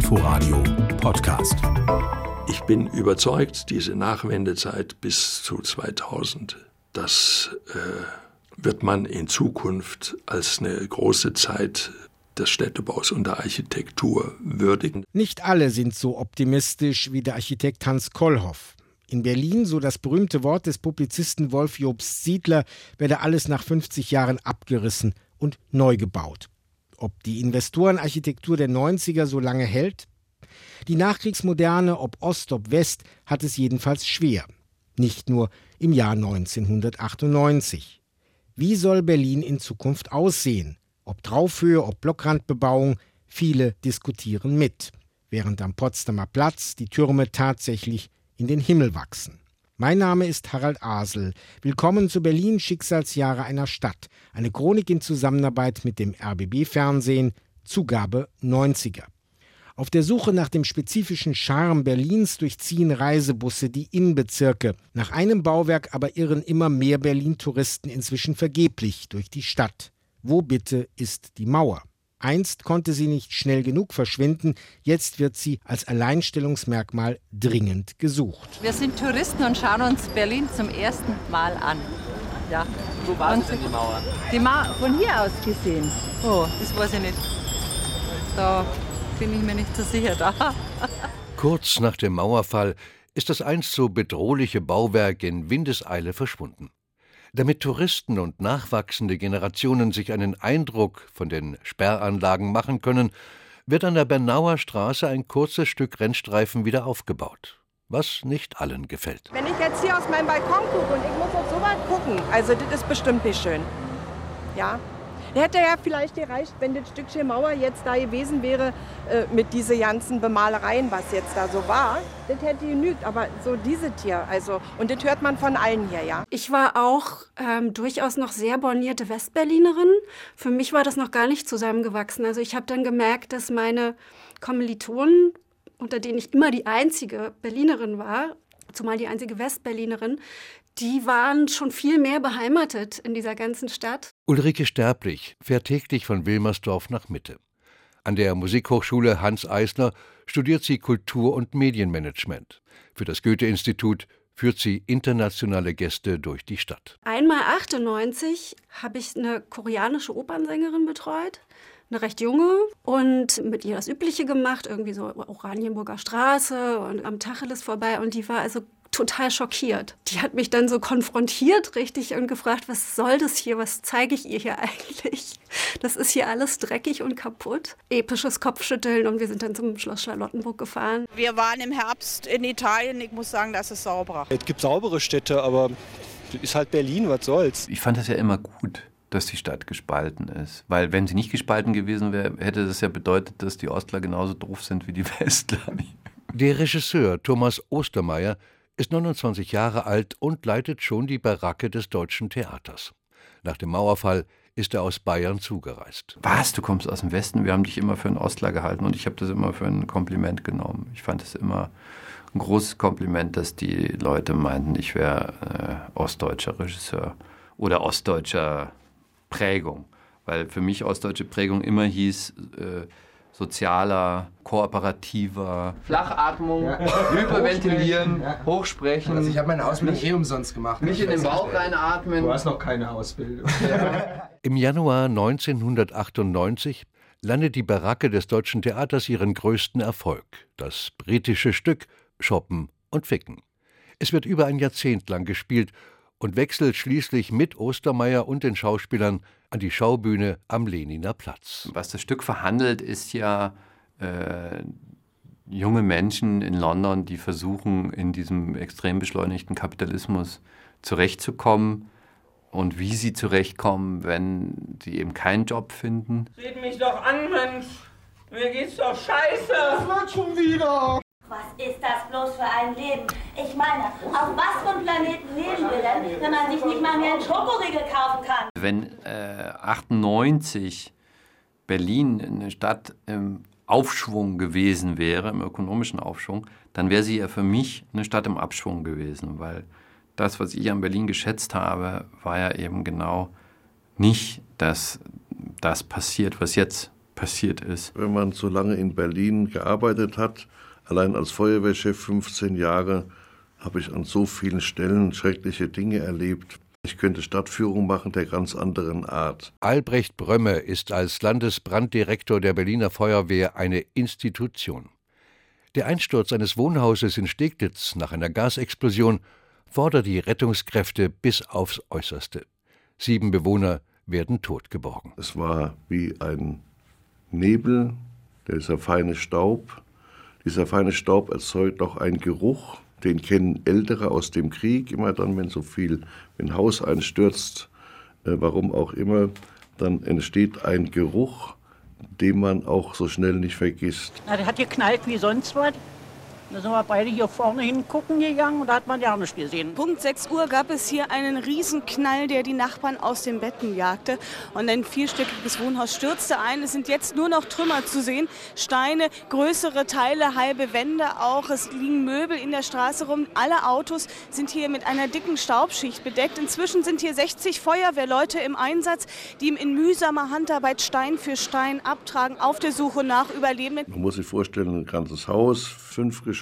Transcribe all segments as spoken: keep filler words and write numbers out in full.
Inforadio Podcast. Ich bin überzeugt, diese Nachwendezeit bis zu zweitausend, das äh, wird man in Zukunft als eine große Zeit des Städtebaus und der Architektur würdigen. Nicht alle sind so optimistisch wie der Architekt Hans Kollhoff. In Berlin, so das berühmte Wort des Publizisten Wolf Jobst Siedler, werde alles nach fünfzig Jahren abgerissen und neu gebaut. Ob die Investorenarchitektur der neunziger so lange hält? Die Nachkriegsmoderne, ob Ost, ob West, hat es jedenfalls schwer. Nicht nur im Jahr neunzehnhundertachtundneunzig. Wie soll Berlin in Zukunft aussehen? Ob Traufhöhe, ob Blockrandbebauung, viele diskutieren mit. Während am Potsdamer Platz die Türme tatsächlich in den Himmel wachsen. Mein Name ist Harald Asel. Willkommen zu Berlin Schicksalsjahre einer Stadt. Eine Chronik in Zusammenarbeit mit dem R B B-Fernsehen, Zugabe neunziger. Auf der Suche nach dem spezifischen Charme Berlins durchziehen Reisebusse die Innenbezirke. Nach einem Bauwerk aber irren immer mehr Berlin-Touristen inzwischen vergeblich durch die Stadt. Wo bitte ist die Mauer? Einst konnte sie nicht schnell genug verschwinden, jetzt wird sie als Alleinstellungsmerkmal dringend gesucht. Wir sind Touristen und schauen uns Berlin zum ersten Mal an. Ja. Wo war denn die Mauer? Die Mauer von hier aus gesehen. Oh, das weiß ich nicht. Da bin ich mir nicht so sicher da. Kurz nach dem Mauerfall ist das einst so bedrohliche Bauwerk in Windeseile verschwunden. Damit Touristen und nachwachsende Generationen sich einen Eindruck von den Sperranlagen machen können, wird an der Bernauer Straße ein kurzes Stück Rennstreifen wieder aufgebaut, was nicht allen gefällt. Wenn ich jetzt hier aus meinem Balkon gucke und ich muss auf so weit gucken, also das ist bestimmt nicht schön. Ja. Hätte ja vielleicht gereicht, wenn das Stückchen Mauer jetzt da gewesen wäre, äh, mit diesen ganzen Bemalereien, was jetzt da so war. Das hätte genügt, aber so dieses hier, also, und das hört man von allen hier, ja. Ich war auch ähm, durchaus noch sehr bornierte Westberlinerin. Für mich war das noch gar nicht zusammengewachsen. Also ich habe dann gemerkt, dass meine Kommilitonen, unter denen ich immer die einzige Berlinerin war, zumal die einzige Westberlinerin, die waren schon viel mehr beheimatet in dieser ganzen Stadt. Ulrike Sterblich fährt täglich von Wilmersdorf nach Mitte. An der Musikhochschule Hanns Eisler studiert sie Kultur- und Medienmanagement. Für das Goethe-Institut führt sie internationale Gäste durch die Stadt. Einmal achtundneunzig habe ich eine koreanische Opernsängerin betreut. Eine recht junge und mit ihr das Übliche gemacht, irgendwie so Oranienburger Straße und am Tacheles vorbei. Und die war also total schockiert. Die hat mich dann so konfrontiert, richtig, und gefragt, was soll das hier, was zeige ich ihr hier eigentlich? Das ist hier alles dreckig und kaputt. Episches Kopfschütteln und wir sind dann zum Schloss Charlottenburg gefahren. Wir waren im Herbst in Italien, ich muss sagen, das ist sauberer. Es gibt saubere Städte, aber das ist halt Berlin, was soll's. Ich fand das ja immer gut, dass die Stadt gespalten ist. Weil wenn sie nicht gespalten gewesen wäre, hätte das ja bedeutet, dass die Ostler genauso doof sind wie die Westler. Der Regisseur Thomas Ostermeier ist neunundzwanzig Jahre alt und leitet schon die Baracke des Deutschen Theaters. Nach dem Mauerfall ist er aus Bayern zugereist. Was, du kommst aus dem Westen? Wir haben dich immer für einen Ostler gehalten und ich habe das immer für ein Kompliment genommen. Ich fand es immer ein großes Kompliment, dass die Leute meinten, ich wäre äh, ostdeutscher Regisseur oder ostdeutscher Prägung. Weil für mich ostdeutsche Prägung immer hieß äh, sozialer, kooperativer, Flachatmung, ja. Hyperventilieren, ja. Hochsprechen. Also ich habe meine Ausbildung eh umsonst gemacht. Nicht in den Bauch reinatmen. Du hast noch keine Ausbildung. Ja. Im Januar neunzehnhundertachtundneunzig landet die Baracke des Deutschen Theaters ihren größten Erfolg, das britische Stück Shoppen und Ficken. Es wird über ein Jahrzehnt lang gespielt und wechselt schließlich mit Ostermeier und den Schauspielern an die Schaubühne am Lehniner Platz. Was das Stück verhandelt, ist ja äh, junge Menschen in London, die versuchen, in diesem extrem beschleunigten Kapitalismus zurechtzukommen und wie sie zurechtkommen, wenn sie eben keinen Job finden. Seht mich doch an, Mensch! Mir geht's doch scheiße! Das wird schon wieder! Was ist das bloß für ein Leben? Ich meine, auf was für einem Planeten leben wir denn, wenn man sich nicht mal mehr einen Schokoriegel kaufen kann? Wenn äh, achtundneunzig Berlin eine Stadt im Aufschwung gewesen wäre, im ökonomischen Aufschwung, dann wäre sie ja für mich eine Stadt im Abschwung gewesen, weil das, was ich an Berlin geschätzt habe, war ja eben genau nicht, dass das passiert, was jetzt passiert ist. Wenn man so lange in Berlin gearbeitet hat, allein als Feuerwehrchef fünfzehn Jahre, habe ich an so vielen Stellen schreckliche Dinge erlebt. Ich könnte Stadtführung machen der ganz anderen Art. Albrecht Brömme ist als Landesbranddirektor der Berliner Feuerwehr eine Institution. Der Einsturz eines Wohnhauses in Steglitz nach einer Gasexplosion fordert die Rettungskräfte bis aufs Äußerste. Sieben Bewohner werden tot geborgen. Es war wie ein Nebel, dieser feine Staub. Dieser feine Staub erzeugt auch einen Geruch, den kennen Ältere aus dem Krieg. Immer dann, wenn so viel, wenn ein Haus einstürzt, äh, warum auch immer, dann entsteht ein Geruch, den man auch so schnell nicht vergisst. Na, der hat geknallt wie sonst was. Da sind wir beide hier vorne hingucken gegangen und da hat man ja nicht gesehen. Punkt sechs Uhr gab es hier einen Riesenknall, der die Nachbarn aus den Betten jagte. Und ein vierstöckiges Wohnhaus stürzte ein. Es sind jetzt nur noch Trümmer zu sehen. Steine, größere Teile, halbe Wände auch. Es liegen Möbel in der Straße rum. Alle Autos sind hier mit einer dicken Staubschicht bedeckt. Inzwischen sind hier sechzig Feuerwehrleute im Einsatz, die in mühsamer Handarbeit Stein für Stein abtragen, auf der Suche nach Überlebenden. Man muss sich vorstellen, ein ganzes Haus, fünf Geschosse,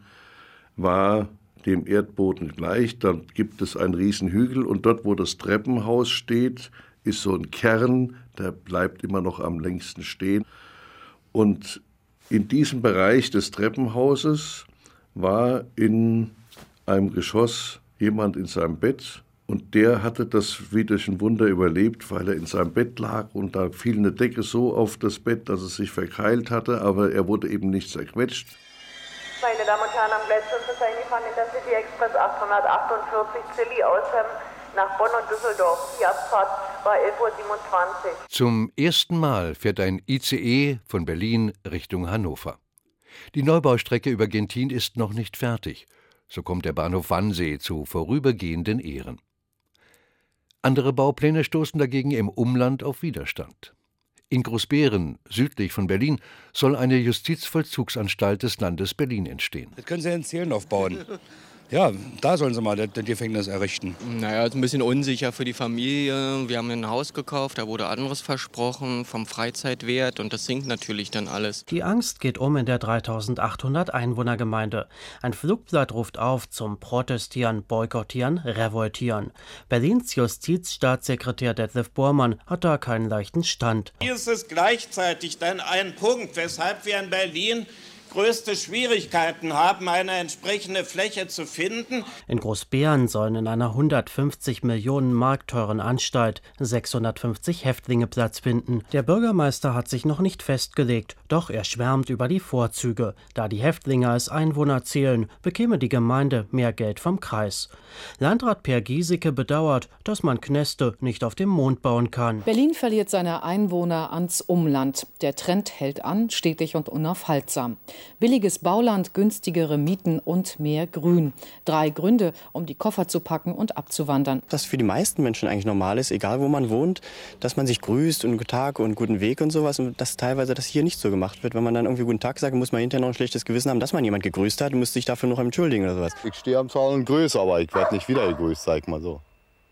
war dem Erdboden gleich. Dann gibt es einen riesen Hügel und dort, wo das Treppenhaus steht, ist so ein Kern, der bleibt immer noch am längsten stehen. Und in diesem Bereich des Treppenhauses war in einem Geschoss jemand in seinem Bett und der hatte das wie durch ein Wunder überlebt, weil er in seinem Bett lag und da fiel eine Decke so auf das Bett, dass es sich verkeilt hatte, aber er wurde eben nicht zerquetscht. Meine Damen und Herren, am letzten Verzeichnis fahren in der City Express achthundertachtundvierzig Zilli aus nach Bonn und Düsseldorf. Die Abfahrt war elf Uhr siebenundzwanzig. Zum ersten Mal fährt ein I C E von Berlin Richtung Hannover. Die Neubaustrecke über Genthin ist noch nicht fertig. So kommt der Bahnhof Wannsee zu vorübergehenden Ehren. Andere Baupläne stoßen dagegen im Umland auf Widerstand. In Großbeeren, südlich von Berlin, soll eine Justizvollzugsanstalt des Landes Berlin entstehen. Das können Sie in Zehlendorf bauen. Ja, da sollen sie mal das Gefängnis errichten. Naja, ist ein bisschen unsicher für die Familie. Wir haben ein Haus gekauft, da wurde anderes versprochen vom Freizeitwert und das sinkt natürlich dann alles. Die Angst geht um in der dreitausendachthundert Einwohnergemeinde. Ein Flugblatt ruft auf zum Protestieren, Boykottieren, Revoltieren. Berlins Justizstaatssekretär Detlef Bormann hat da keinen leichten Stand. Hier ist es gleichzeitig dann ein Punkt, weshalb wir in Berlin größte Schwierigkeiten haben, eine entsprechende Fläche zu finden. In Großbeeren sollen in einer hundertfünfzig Millionen Mark teuren Anstalt sechshundertfünfzig Häftlinge Platz finden. Der Bürgermeister hat sich noch nicht festgelegt, doch er schwärmt über die Vorzüge. Da die Häftlinge als Einwohner zählen, bekäme die Gemeinde mehr Geld vom Kreis. Landrat Per Giesecke bedauert, dass man Kneste nicht auf dem Mond bauen kann. Berlin verliert seine Einwohner ans Umland. Der Trend hält an, stetig und unaufhaltsam. Billiges Bauland, günstigere Mieten und mehr Grün. Drei Gründe, um die Koffer zu packen und abzuwandern. Das für die meisten Menschen eigentlich normal ist, egal wo man wohnt, dass man sich grüßt und guten Tag und guten Weg und sowas. Und dass teilweise das hier nicht so gemacht wird. Wenn man dann irgendwie guten Tag sagt, muss man hinterher noch ein schlechtes Gewissen haben, dass man jemand gegrüßt hat und muss sich dafür noch entschuldigen oder sowas. Ich stehe am Zaun und grüße, aber ich werde nicht wieder gegrüßt, sag mal so.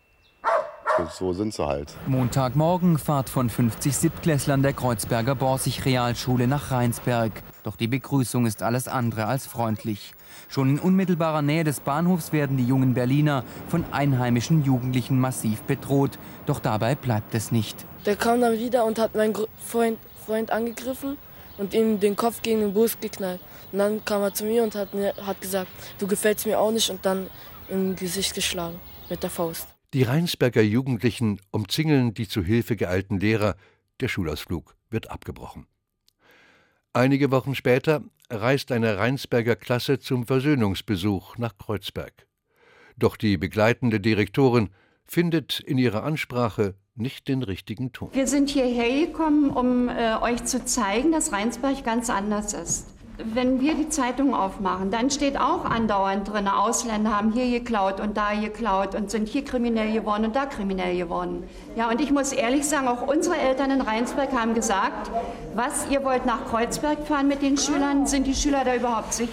So sind sie halt. Montagmorgen Fahrt von fünfzig Siebtklässlern der Kreuzberger Borsig-Realschule nach Rheinsberg. Doch die Begrüßung ist alles andere als freundlich. Schon in unmittelbarer Nähe des Bahnhofs werden die jungen Berliner von einheimischen Jugendlichen massiv bedroht. Doch dabei bleibt es nicht. Der kam dann wieder und hat meinen Freund, Freund angegriffen und ihm den Kopf gegen den Bus geknallt. Und dann kam er zu mir und hat, mir, hat gesagt, du gefällst mir auch nicht, und dann im Gesicht geschlagen mit der Faust. Die Rheinsberger Jugendlichen umzingeln die zu Hilfe geeilten Lehrer. Der Schulausflug wird abgebrochen. Einige Wochen später reist eine Rheinsberger Klasse zum Versöhnungsbesuch nach Kreuzberg. Doch die begleitende Direktorin findet in ihrer Ansprache nicht den richtigen Ton. Wir sind hierher gekommen, um äh, euch zu zeigen, dass Rheinsberg ganz anders ist. Wenn wir die Zeitung aufmachen, dann steht auch andauernd drin, Ausländer haben hier geklaut und da geklaut und sind hier kriminell geworden und da kriminell geworden. Ja, und ich muss ehrlich sagen, auch unsere Eltern in Rheinsberg haben gesagt, was, ihr wollt nach Kreuzberg fahren mit den Schülern? Sind die Schüler da überhaupt sicher?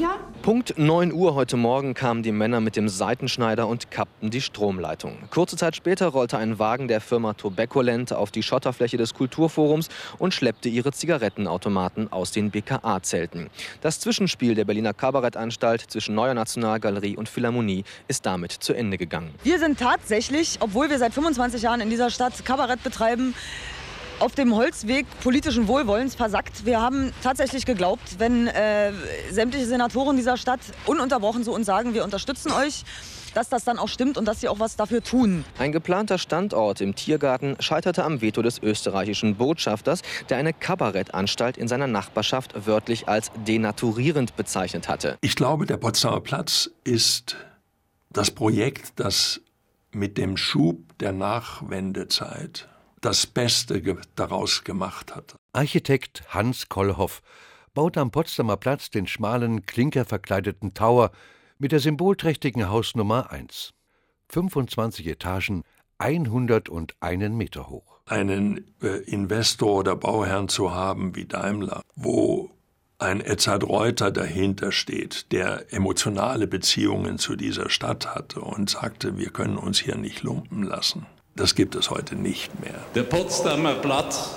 Punkt neun Uhr heute Morgen kamen die Männer mit dem Seitenschneider und kappten die Stromleitung. Kurze Zeit später rollte ein Wagen der Firma Tobaccoland auf die Schotterfläche des Kulturforums und schleppte ihre Zigarettenautomaten aus den B K A-Zelten. Das Zwischenspiel der Berliner Kabarettanstalt zwischen Neuer Nationalgalerie und Philharmonie ist damit zu Ende gegangen. Wir sind tatsächlich, obwohl wir seit fünfundzwanzig Jahren in dieser Stadt Kabarett betreiben, auf dem Holzweg politischen Wohlwollens versackt. Wir haben tatsächlich geglaubt, wenn äh, sämtliche Senatoren dieser Stadt ununterbrochen zu uns sagen, wir unterstützen euch, dass das dann auch stimmt und dass sie auch was dafür tun. Ein geplanter Standort im Tiergarten scheiterte am Veto des österreichischen Botschafters, der eine Kabarettanstalt in seiner Nachbarschaft wörtlich als denaturierend bezeichnet hatte. Ich glaube, der Potsdamer Platz ist das Projekt, das mit dem Schub der Nachwendezeit das Beste ge- daraus gemacht hat. Architekt Hans Kollhoff baut am Potsdamer Platz den schmalen, klinkerverkleideten Tower mit der symbolträchtigen Hausnummer eins. fünfundzwanzig Etagen, hunderteins Meter hoch. Einen äh, Investor oder Bauherrn zu haben wie Daimler, wo ein Edzard Reuter dahinter steht, der emotionale Beziehungen zu dieser Stadt hatte und sagte, wir können uns hier nicht lumpen lassen. Das gibt es heute nicht mehr. Der Potsdamer Platz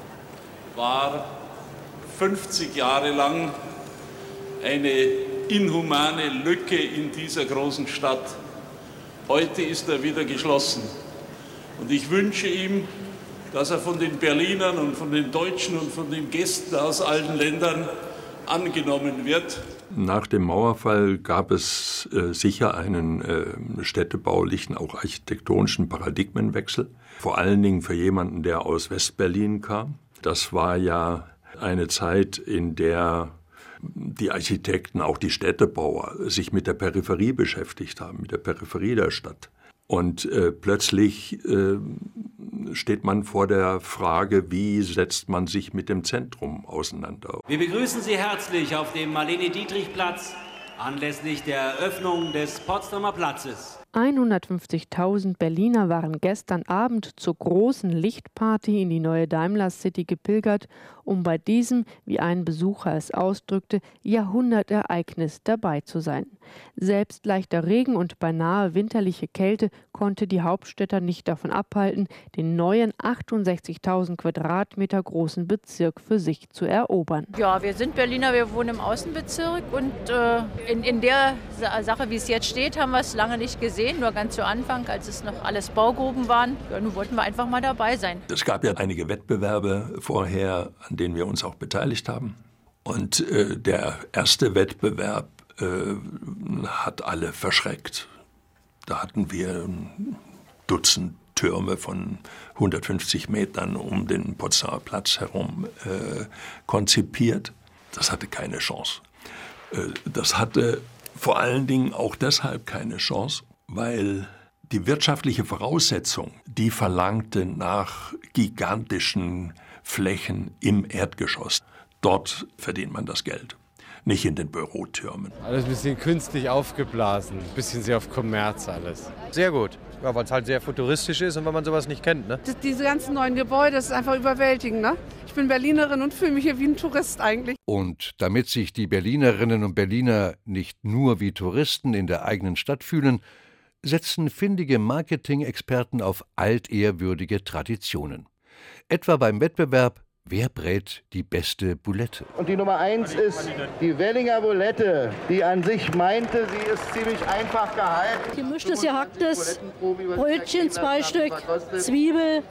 war fünfzig Jahre lang eine inhumane Lücke in dieser großen Stadt. Heute ist er wieder geschlossen. Und ich wünsche ihm, dass er von den Berlinern und von den Deutschen und von den Gästen aus allen Ländern angenommen wird. Nach dem Mauerfall gab es äh, sicher einen äh, städtebaulichen, auch architektonischen Paradigmenwechsel. Vor allen Dingen für jemanden, der aus Westberlin kam. Das war ja eine Zeit, in der die Architekten, auch die Städtebauer, sich mit der Peripherie beschäftigt haben, mit der Peripherie der Stadt. Und äh, plötzlich äh, steht man vor der Frage, wie setzt man sich mit dem Zentrum auseinander. Wir begrüßen Sie herzlich auf dem Marlene-Dietrich-Platz anlässlich der Eröffnung des Potsdamer Platzes. hundertfünfzigtausend Berliner waren gestern Abend zur großen Lichtparty in die neue Daimler City gepilgert, um bei diesem, wie ein Besucher es ausdrückte, Jahrhundertereignis dabei zu sein. Selbst leichter Regen und beinahe winterliche Kälte konnte die Hauptstädter nicht davon abhalten, den neuen achtundsechzigtausend Quadratmeter großen Bezirk für sich zu erobern. Ja, wir sind Berliner, wir wohnen im Außenbezirk und äh, in, in der Sache, wie es jetzt steht, haben wir es lange nicht gesehen, nur ganz zu Anfang, als es noch alles Baugruben waren. Ja, nun wollten wir einfach mal dabei sein. Es gab ja einige Wettbewerbe vorher, an denen wir uns auch beteiligt haben. Und äh, der erste Wettbewerb äh, hat alle verschreckt. Da hatten wir ein Dutzend Türme von hundertfünfzig Metern um den Potsdamer Platz herum äh, konzipiert. Das hatte keine Chance. Äh, das hatte vor allen Dingen auch deshalb keine Chance, weil die wirtschaftliche Voraussetzung, die verlangte nach gigantischen Flächen im Erdgeschoss. Dort verdient man das Geld, nicht in den Bürotürmen. Alles ein bisschen künstlich aufgeblasen, ein bisschen sehr auf Kommerz alles. Sehr gut, ja, weil es halt sehr futuristisch ist und weil man sowas nicht kennt. Ne? Das, diese ganzen neuen Gebäude, das ist einfach überwältigend. Ne? Ich bin Berlinerin und fühle mich hier wie ein Tourist eigentlich. Und damit sich die Berlinerinnen und Berliner nicht nur wie Touristen in der eigenen Stadt fühlen, setzen findige Marketing-Experten auf altehrwürdige Traditionen. Etwa beim Wettbewerb Wer brät die beste Boulette? Und die Nummer eins ist die Wellinger Boulette, die an sich meinte, sie ist ziemlich einfach gehalten. Gemischtes, gehacktes Brötchen, zwei Stück, Zwiebel,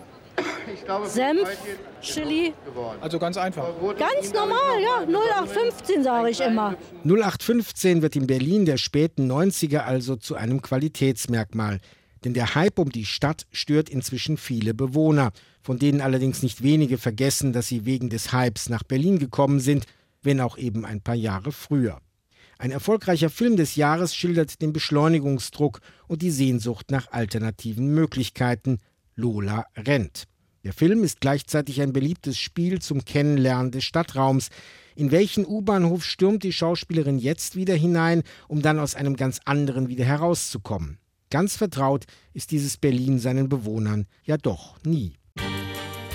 Senf, Chili. Also ganz einfach. Ganz normal, ja. null acht fünfzehn sage ich immer. null acht fünfzehn wird in Berlin der späten neunziger also zu einem Qualitätsmerkmal. Denn der Hype um die Stadt stört inzwischen viele Bewohner, von denen allerdings nicht wenige vergessen, dass sie wegen des Hypes nach Berlin gekommen sind, wenn auch eben ein paar Jahre früher. Ein erfolgreicher Film des Jahres schildert den Beschleunigungsdruck und die Sehnsucht nach alternativen Möglichkeiten. Lola rennt. Der Film ist gleichzeitig ein beliebtes Spiel zum Kennenlernen des Stadtraums. In welchen U-Bahnhof stürmt die Schauspielerin jetzt wieder hinein, um dann aus einem ganz anderen wieder herauszukommen? Ganz vertraut ist dieses Berlin seinen Bewohnern ja doch nie.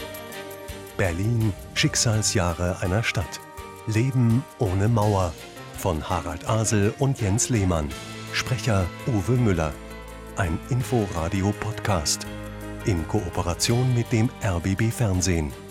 Berlin, Schicksalsjahre einer Stadt. Leben ohne Mauer. Von Harald Asel und Jens Lehmann. Sprecher Uwe Müller. Ein Info-Radio-Podcast. In Kooperation mit dem R B B Fernsehen.